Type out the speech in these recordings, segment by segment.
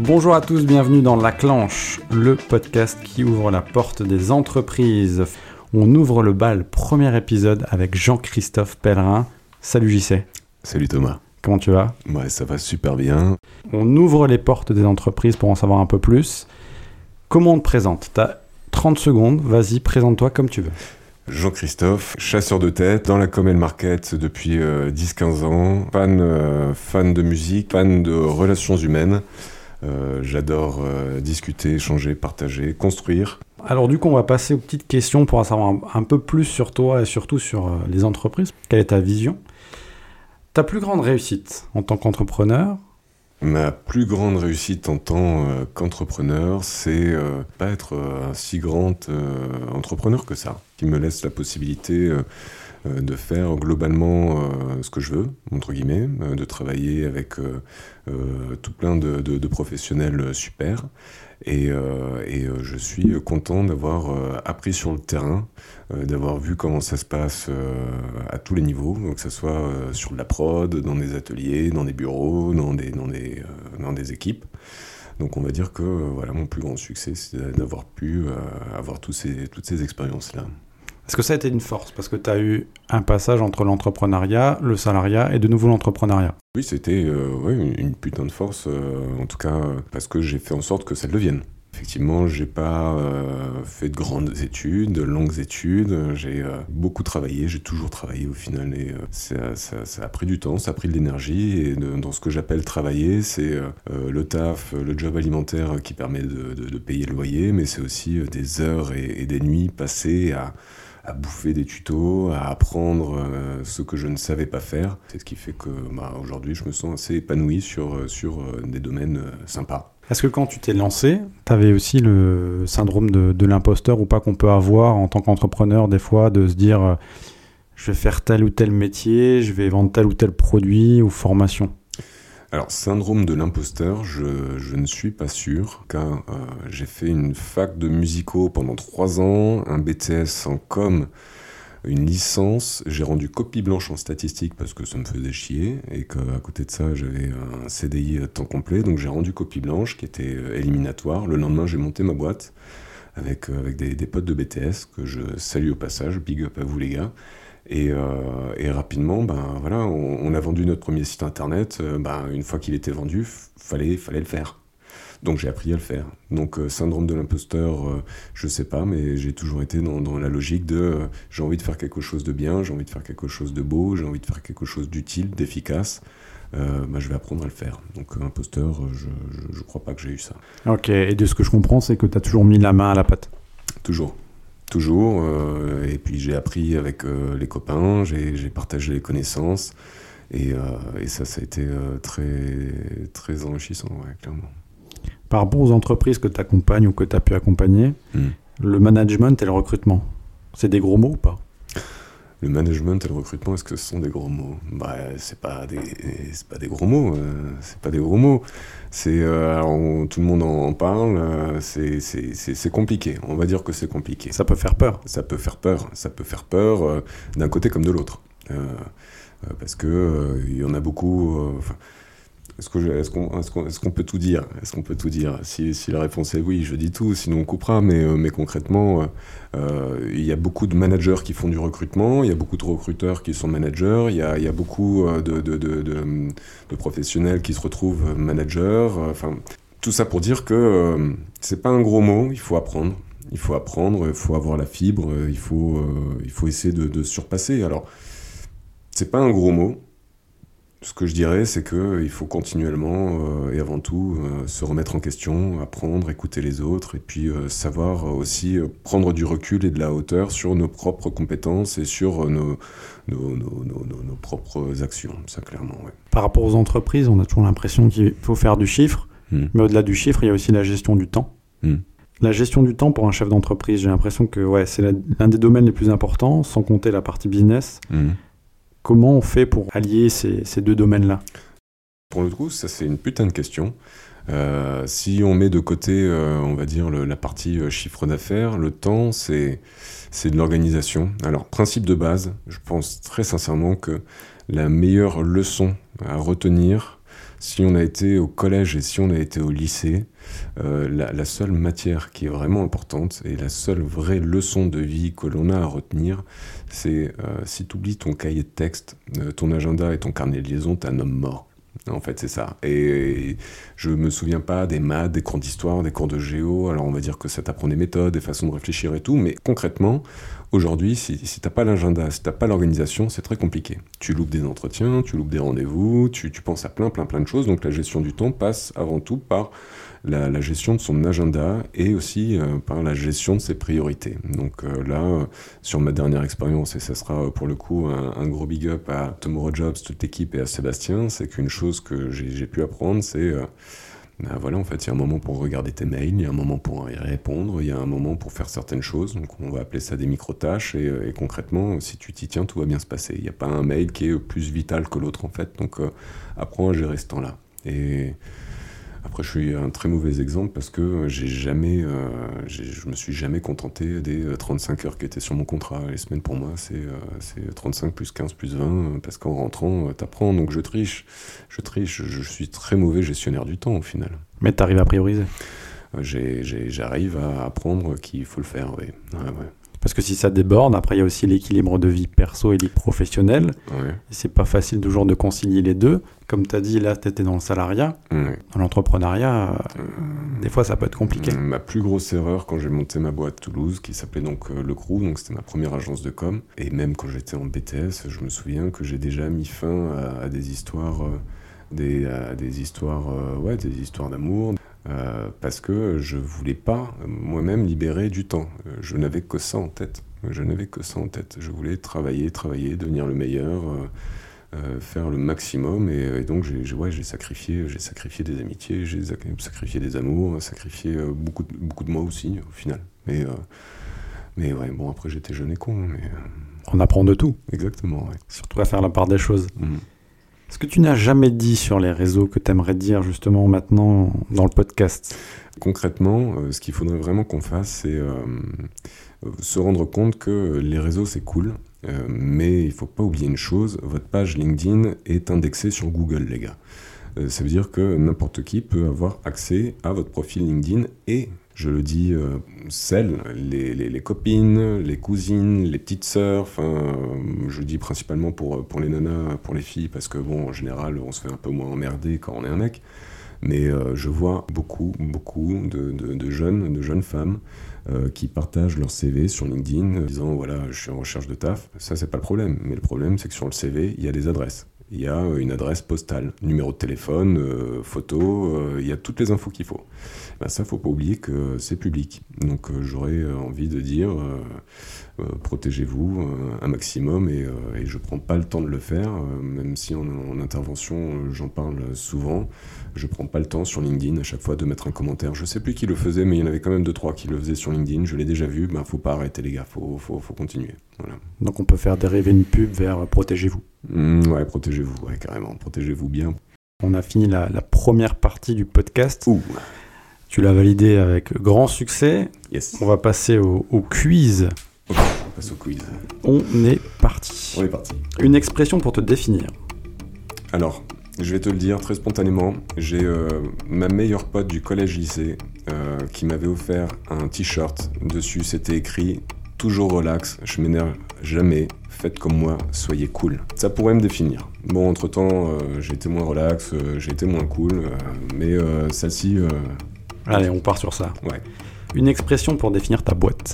Bonjour à tous, bienvenue dans La Clanche, le podcast qui ouvre la porte des entreprises. On ouvre le bal, premier épisode avec Jean-Christophe Pellerin. Salut JC. Salut Thomas. Comment tu vas ? Ouais, ça va super bien. On ouvre les portes des entreprises pour en savoir un peu plus. Comment on te présente ? T'as 30 secondes, vas-y, présente-toi comme tu veux. Jean-Christophe, chasseur de tête, dans la com et le market depuis 10-15 ans, fan de musique, fan de relations humaines. J'adore discuter, échanger, partager, construire. Alors du coup, on va passer aux petites questions pour en savoir un peu plus sur toi et surtout sur les entreprises. Quelle est ta vision ? Ta plus grande réussite en tant qu'entrepreneur ? Ma plus grande réussite en tant qu'entrepreneur, c'est pas être un si grand entrepreneur que ça, qui me laisse la possibilité de faire globalement ce que je veux, entre guillemets, de travailler avec tout plein de professionnels super. Et je suis content d'avoir appris sur le terrain, d'avoir vu comment ça se passe à tous les niveaux, que ce soit sur de la prod, dans des ateliers, dans des bureaux, dans des équipes. Donc on va dire que voilà, mon plus grand succès, c'est d'avoir pu avoir toutes ces expériences-là. Est-ce que ça a été une force ? Parce que tu as eu un passage entre l'entrepreneuriat, le salariat et de nouveau l'entrepreneuriat. Oui, c'était une putain de force, en tout cas parce que j'ai fait en sorte que ça le devienne. Effectivement, j'ai pas fait de grandes études, de longues études, j'ai beaucoup travaillé, j'ai toujours travaillé au final, et ça a pris du temps, ça a pris de l'énergie, et dans ce que j'appelle travailler, c'est le taf, le job alimentaire qui permet de payer le loyer, mais c'est aussi des heures et des nuits passées à bouffer des tutos, à apprendre ce que je ne savais pas faire. C'est ce qui fait que aujourd'hui, je me sens assez épanoui sur des domaines sympas. Est-ce que quand tu t'es lancé, tu avais aussi le syndrome de l'imposteur ou pas qu'on peut avoir en tant qu'entrepreneur des fois, de se dire je vais faire tel ou tel métier, je vais vendre tel ou tel produit ou formation ? Alors, syndrome de l'imposteur, je ne suis pas sûr, car j'ai fait une fac de musicaux pendant 3 ans, un BTS en com, une licence, j'ai rendu copie blanche en statistique parce que ça me faisait chier, et qu'à côté de ça, j'avais un CDI à temps complet, donc j'ai rendu copie blanche qui était éliminatoire. Le lendemain, j'ai monté ma boîte avec des potes de BTS, que je salue au passage, big up à vous les gars. Et rapidement, on a vendu notre premier site internet. Une fois qu'il était vendu, fallait le faire. Donc j'ai appris à le faire. Donc syndrome de l'imposteur, je sais pas, mais j'ai toujours été dans la logique de j'ai envie de faire quelque chose de bien, j'ai envie de faire quelque chose de beau, j'ai envie de faire quelque chose d'utile, d'efficace. Je vais apprendre à le faire. Donc imposteur, je crois pas que j'ai eu ça. Ok, et de ce que je comprends, c'est que tu as toujours mis la main à la pâte. Toujours, et puis j'ai appris avec les copains, j'ai partagé les connaissances, et ça a été très, très enrichissant, ouais, clairement. Par rapport aux entreprises que tu accompagnes ou que tu as pu accompagner, le management et le recrutement, c'est des gros mots ou pas ? Le management et le recrutement, est-ce que ce sont des gros mots ? C'est pas des gros mots. C'est pas des gros mots. Tout le monde en parle. C'est compliqué. On va dire que c'est compliqué. Ça peut faire peur. Ça peut faire peur d'un côté comme de l'autre. Parce que il y en a beaucoup. Est-ce qu'on peut tout dire ? Si la réponse est oui, je dis tout, sinon on coupera. Mais concrètement, il y a beaucoup de managers qui font du recrutement, il y a beaucoup de recruteurs qui sont managers, il y a beaucoup de professionnels qui se retrouvent managers. Tout ça pour dire que c'est pas un gros mot, il faut apprendre. Il faut avoir la fibre, il faut essayer de surpasser. Alors, c'est pas un gros mot. Ce que je dirais, c'est qu'il faut continuellement et avant tout se remettre en question, apprendre, écouter les autres, et puis savoir aussi prendre du recul et de la hauteur sur nos propres compétences et sur nos propres actions, ça clairement, ouais. Par rapport aux entreprises, on a toujours l'impression qu'il faut faire du chiffre, mais au-delà du chiffre, il y a aussi la gestion du temps. La gestion du temps pour un chef d'entreprise, j'ai l'impression que c'est l'un des domaines les plus importants, sans compter la partie business. Comment on fait pour allier ces deux domaines-là ? Pour le coup, ça c'est une putain de question. Si on met de côté, on va dire, la partie chiffre d'affaires, le temps, c'est de l'organisation. Alors, principe de base, je pense très sincèrement que la meilleure leçon à retenir, Si on a été au collège et si on a été au lycée, la seule matière qui est vraiment importante et la seule vraie leçon de vie que l'on a à retenir, c'est si tu oublies ton cahier de texte, ton agenda et ton carnet de liaison, t'es un homme mort. En fait, c'est ça. Et je me souviens pas des maths, des cours d'histoire, des cours de géo. Alors, on va dire que ça t'apprend des méthodes, des façons de réfléchir et tout. Mais concrètement, aujourd'hui, si t'as pas l'agenda, si t'as pas l'organisation, c'est très compliqué. Tu loupes des entretiens, tu loupes des rendez-vous, tu penses à plein de choses. Donc, la gestion du temps passe avant tout par la gestion de son agenda et aussi par la gestion de ses priorités. Donc là, sur ma dernière expérience, et ça sera pour le coup un gros big up à Tomorrow Jobs, toute l'équipe et à Sébastien, c'est qu'une chose que j'ai pu apprendre, c'est voilà, en fait, il y a un moment pour regarder tes mails, il y a un moment pour y répondre, il y a un moment pour faire certaines choses, donc on va appeler ça des micro-tâches, et concrètement, si tu t'y tiens, tout va bien se passer. Il n'y a pas un mail qui est plus vital que l'autre, en fait, donc apprends à gérer ce temps-là. Et après, je suis un très mauvais exemple parce que je me suis jamais contenté des 35 heures qui étaient sur mon contrat. Les semaines, pour moi, c'est 35 plus 15 plus 20, parce qu'en rentrant, t'apprends. Donc je triche. Je suis très mauvais gestionnaire du temps, au final. Mais t'arrives à prioriser. J'arrive à apprendre qu'il faut le faire, oui. Ouais. Parce que si ça déborde, après il y a aussi l'équilibre de vie perso et vie professionnelle. Ouais. Et c'est pas facile toujours de concilier les deux. Comme tu as dit, là, tu étais dans le salariat. Ouais. Dans l'entrepreneuriat, des fois, ça peut être compliqué. Ma plus grosse erreur quand j'ai monté ma boîte Toulouse, qui s'appelait donc Le Crew, donc c'était ma première agence de com. Et même quand j'étais en BTS, je me souviens que j'ai déjà mis fin à des histoires, des histoires d'amour. Parce que je voulais pas moi-même libérer du temps. Je n'avais que ça en tête. Je voulais travailler, devenir le meilleur, faire le maximum. Et donc j'ai sacrifié des amitiés, j'ai sacrifié des amours, sacrifié beaucoup de moi aussi au final. Mais ouais, bon, après j'étais jeune et con. Mais on apprend de tout. Exactement, ouais. Surtout à faire la part des choses. Ce que tu n'as jamais dit sur les réseaux que tu aimerais dire justement maintenant dans le podcast? Concrètement, ce qu'il faudrait vraiment qu'on fasse, c'est se rendre compte que les réseaux, c'est cool, mais il ne faut pas oublier une chose, votre page LinkedIn est indexée sur Google, les gars. Ça veut dire que n'importe qui peut avoir accès à votre profil LinkedIn et, je le dis, les copines, les cousines, les petites sœurs, je le dis principalement pour les nanas, pour les filles, parce que bon, en général, on se fait un peu moins emmerder quand on est un mec, mais je vois beaucoup de jeunes femmes qui partagent leur CV sur LinkedIn, disant voilà, je suis en recherche de taf. Ça, c'est pas le problème, mais le problème, c'est que sur le CV, il y a des adresses. Il y a une adresse postale, numéro de téléphone, photo, il y a toutes les infos qu'il faut. Ça, faut pas oublier que c'est public. Donc j'aurais envie de dire, protégez-vous un maximum, et je prends pas le temps de le faire, même si en intervention j'en parle souvent. Je prends pas le temps sur LinkedIn à chaque fois de mettre un commentaire. Je sais plus qui le faisait, mais il y en avait quand même 2-3 qui le faisaient sur LinkedIn. Je l'ai déjà vu. Faut pas arrêter, les gars. Faut continuer. Voilà. Donc on peut faire dériver une pub vers protégez-vous. Ouais, protégez-vous. Ouais, carrément. Protégez-vous bien. On a fini la première partie du podcast. Ouh. Tu l'as validé avec grand succès. Yes. On va passer au quiz. Ok, on passe au quiz. On est parti. On est parti. Une expression pour te définir. Alors, je vais te le dire très spontanément. J'ai ma meilleure pote du collège-lycée qui m'avait offert un t-shirt. Dessus, c'était écrit « Toujours relax, je m'énerve jamais, faites comme moi, soyez cool ». Ça pourrait me définir. Bon, entre-temps, j'ai été moins relax, j'ai été moins cool, mais celle-ci... Allez, on part sur ça. Ouais. Une expression pour définir ta boîte.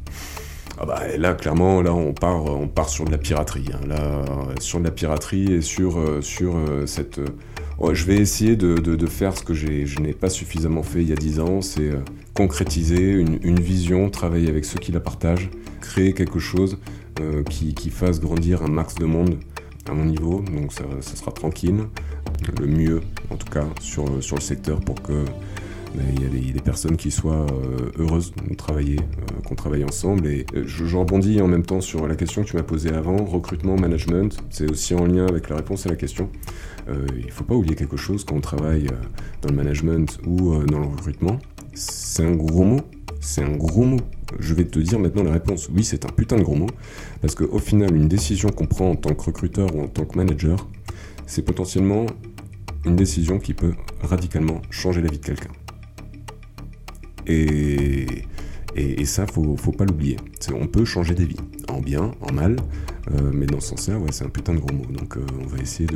Là, clairement, là, on part sur de la piraterie. Hein. Là, sur de la piraterie et sur cette... je vais essayer de faire ce que je n'ai pas suffisamment fait il y a 10 ans, c'est concrétiser une vision, travailler avec ceux qui la partagent, créer quelque chose qui fasse grandir un max de monde à mon niveau. Donc ça sera tranquille, le mieux, en tout cas, sur le secteur pour que... il y a des personnes qui soient heureuses de travailler, qu'on travaille ensemble. Et je rebondis en même temps sur la question que tu m'as posée avant, recrutement, management, c'est aussi en lien avec la réponse à la question. Il ne faut pas oublier quelque chose quand on travaille dans le management ou dans le recrutement. C'est un gros mot. Je vais te dire maintenant la réponse. Oui, c'est un putain de gros mot. Parce qu'au final, une décision qu'on prend en tant que recruteur ou en tant que manager, c'est potentiellement une décision qui peut radicalement changer la vie de quelqu'un. Et ça, faut pas l'oublier. On peut changer des vies, en bien, en mal, mais dans ce sens-là, ouais, c'est un putain de gros mot. Donc on va essayer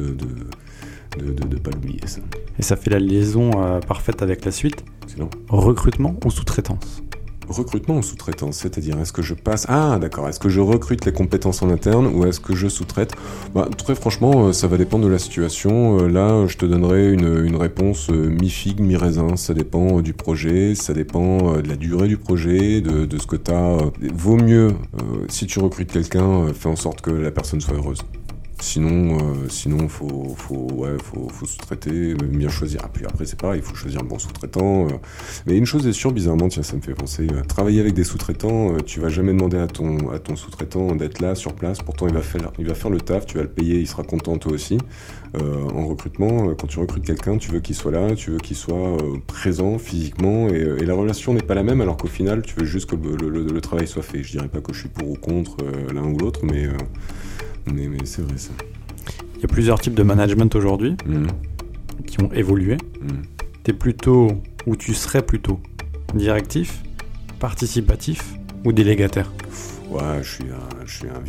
de pas l'oublier, ça. Et ça fait la liaison parfaite avec la suite. Excellent. Recrutement ou sous-traitance ? Recrutement ou sous-traitance, c'est-à-dire est-ce que je passe... Ah d'accord, est-ce que je recrute les compétences en interne ou est-ce que je sous-traite ? Très franchement, ça va dépendre de la situation. Là, je te donnerai une réponse mi-figue, mi-raisin. Ça dépend du projet, ça dépend de la durée du projet, de ce que tu as. Vaut mieux, si tu recrutes quelqu'un, fais en sorte que la personne soit heureuse. Sinon, faut sous-traiter, bien choisir. Puis après, c'est pareil, il faut choisir un bon sous-traitant. Mais une chose est sûre, bizarrement, tiens, ça me fait penser. Travailler avec des sous-traitants, tu vas jamais demander à ton sous-traitant d'être là, sur place. Pourtant, il va faire le taf, tu vas le payer, il sera content toi aussi. En recrutement, quand tu recrutes quelqu'un, tu veux qu'il soit là, tu veux qu'il soit présent physiquement. Et la relation n'est pas la même, alors qu'au final, tu veux juste que le travail soit fait. Je dirais pas que je suis pour ou contre l'un ou l'autre, mais c'est vrai ça. Il y a plusieurs types de management aujourd'hui qui ont évolué. T'es plutôt, ou tu serais plutôt, directif, participatif ou délégataire ? Ouais, je suis un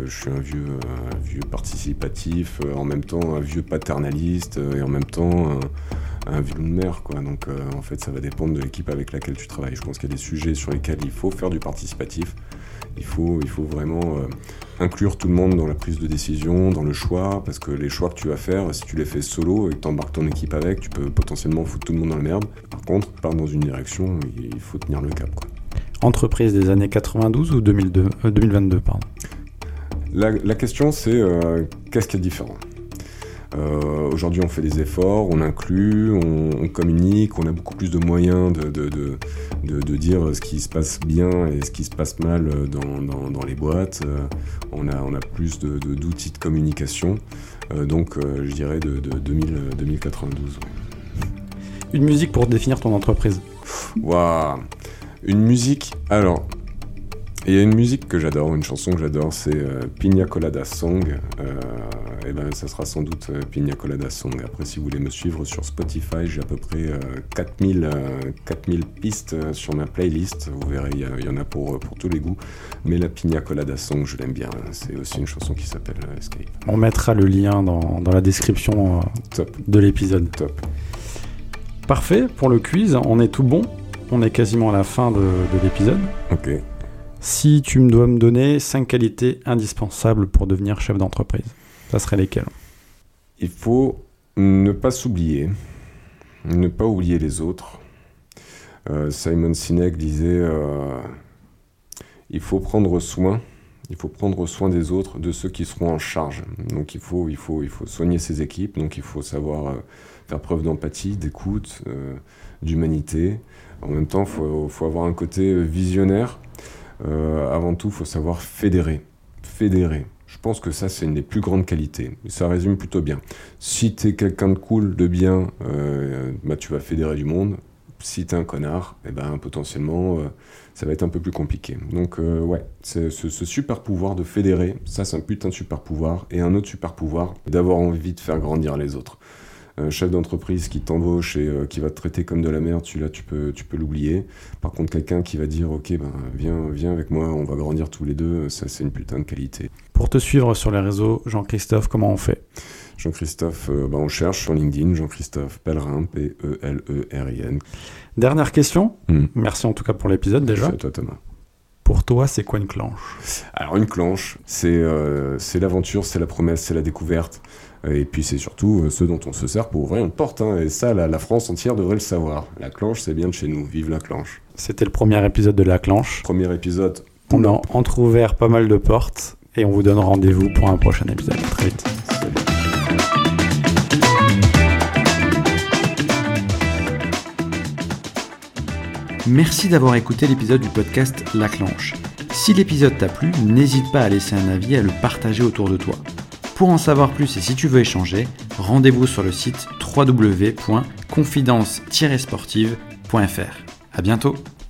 vieux participatif, en même temps un vieux paternaliste et en même temps un vieux de mère, quoi. Donc en fait, ça va dépendre de l'équipe avec laquelle tu travailles. Je pense qu'il y a des sujets sur lesquels il faut faire du participatif. Il faut vraiment inclure tout le monde dans la prise de décision, dans le choix, parce que les choix que tu vas faire, si tu les fais solo et que tu embarques ton équipe avec, tu peux potentiellement foutre tout le monde dans la merde. Par contre, pars dans une direction, il faut tenir le cap, quoi. Entreprise des années 92 ou 2022, pardon. La question, c'est qu'est-ce qu'il y a de différent ? Aujourd'hui, on fait des efforts, on inclut, on communique, on a beaucoup plus de moyens de dire ce qui se passe bien et ce qui se passe mal dans les boîtes. On a plus d'outils de communication. Donc, je dirais de 2092. Ouais. Une musique pour définir ton entreprise. Waouh ! Une musique... Alors... Il y a une musique que j'adore, une chanson que j'adore, c'est Pina Colada Song. Et ben ça sera sans doute Pina Colada Song. Après, si vous voulez me suivre sur Spotify, j'ai à peu près 4000 pistes sur ma playlist. Vous verrez, il y en a pour tous les goûts. Mais la Pina Colada Song, je l'aime bien. C'est aussi une chanson qui s'appelle Escape. On mettra le lien dans la description de l'épisode. Top. Parfait, pour le quiz, on est tout bon. On est quasiment à la fin de l'épisode. Ok. Si tu dois me donner 5 qualités indispensables pour devenir chef d'entreprise, ça serait lesquelles ? Il faut ne pas s'oublier, ne pas oublier les autres. Simon Sinek disait il faut prendre soin des autres, de ceux qui seront en charge. Donc il faut soigner ses équipes, donc il faut savoir faire preuve d'empathie, d'écoute, d'humanité. En même temps, il faut avoir un côté visionnaire. Avant tout, il faut savoir fédérer. Je pense que ça, c'est une des plus grandes qualités. Ça résume plutôt bien. Si t'es quelqu'un de cool, de bien, tu vas fédérer du monde. Si t'es un connard, potentiellement, ça va être un peu plus compliqué. Donc, c'est ce super pouvoir de fédérer, ça, c'est un putain de super pouvoir. Et un autre super pouvoir, d'avoir envie de faire grandir les autres. Chef d'entreprise qui t'embauche et qui va te traiter comme de la merde, tu peux l'oublier. Par contre, quelqu'un qui va dire ok, viens avec moi, on va grandir tous les deux, ça c'est une putain de qualité. Pour te suivre sur les réseaux, Jean-Christophe, comment on fait ? Jean-Christophe, on cherche sur LinkedIn, Jean-Christophe Pellerin, P-E-L-E-R-I-N. Dernière question, merci en tout cas pour l'épisode déjà. Merci à toi Thomas. Pour toi, c'est quoi une clenche ? Alors une clenche, c'est l'aventure, c'est la promesse, c'est la découverte. Et puis c'est surtout ce dont on se sert pour ouvrir une porte. Et ça, la France entière devrait le savoir. La clenche, c'est bien de chez nous. Vive la clenche. C'était le premier épisode de La Clenche. Premier épisode. On a entrouvert pas mal de portes. Et on vous donne rendez-vous pour un prochain épisode. À très vite. Salut. Merci d'avoir écouté l'épisode du podcast La Clenche. Si l'épisode t'a plu, n'hésite pas à laisser un avis et à le partager autour de toi. Pour en savoir plus et si tu veux échanger, rendez-vous sur le site www.confidence-sportive.fr. À bientôt.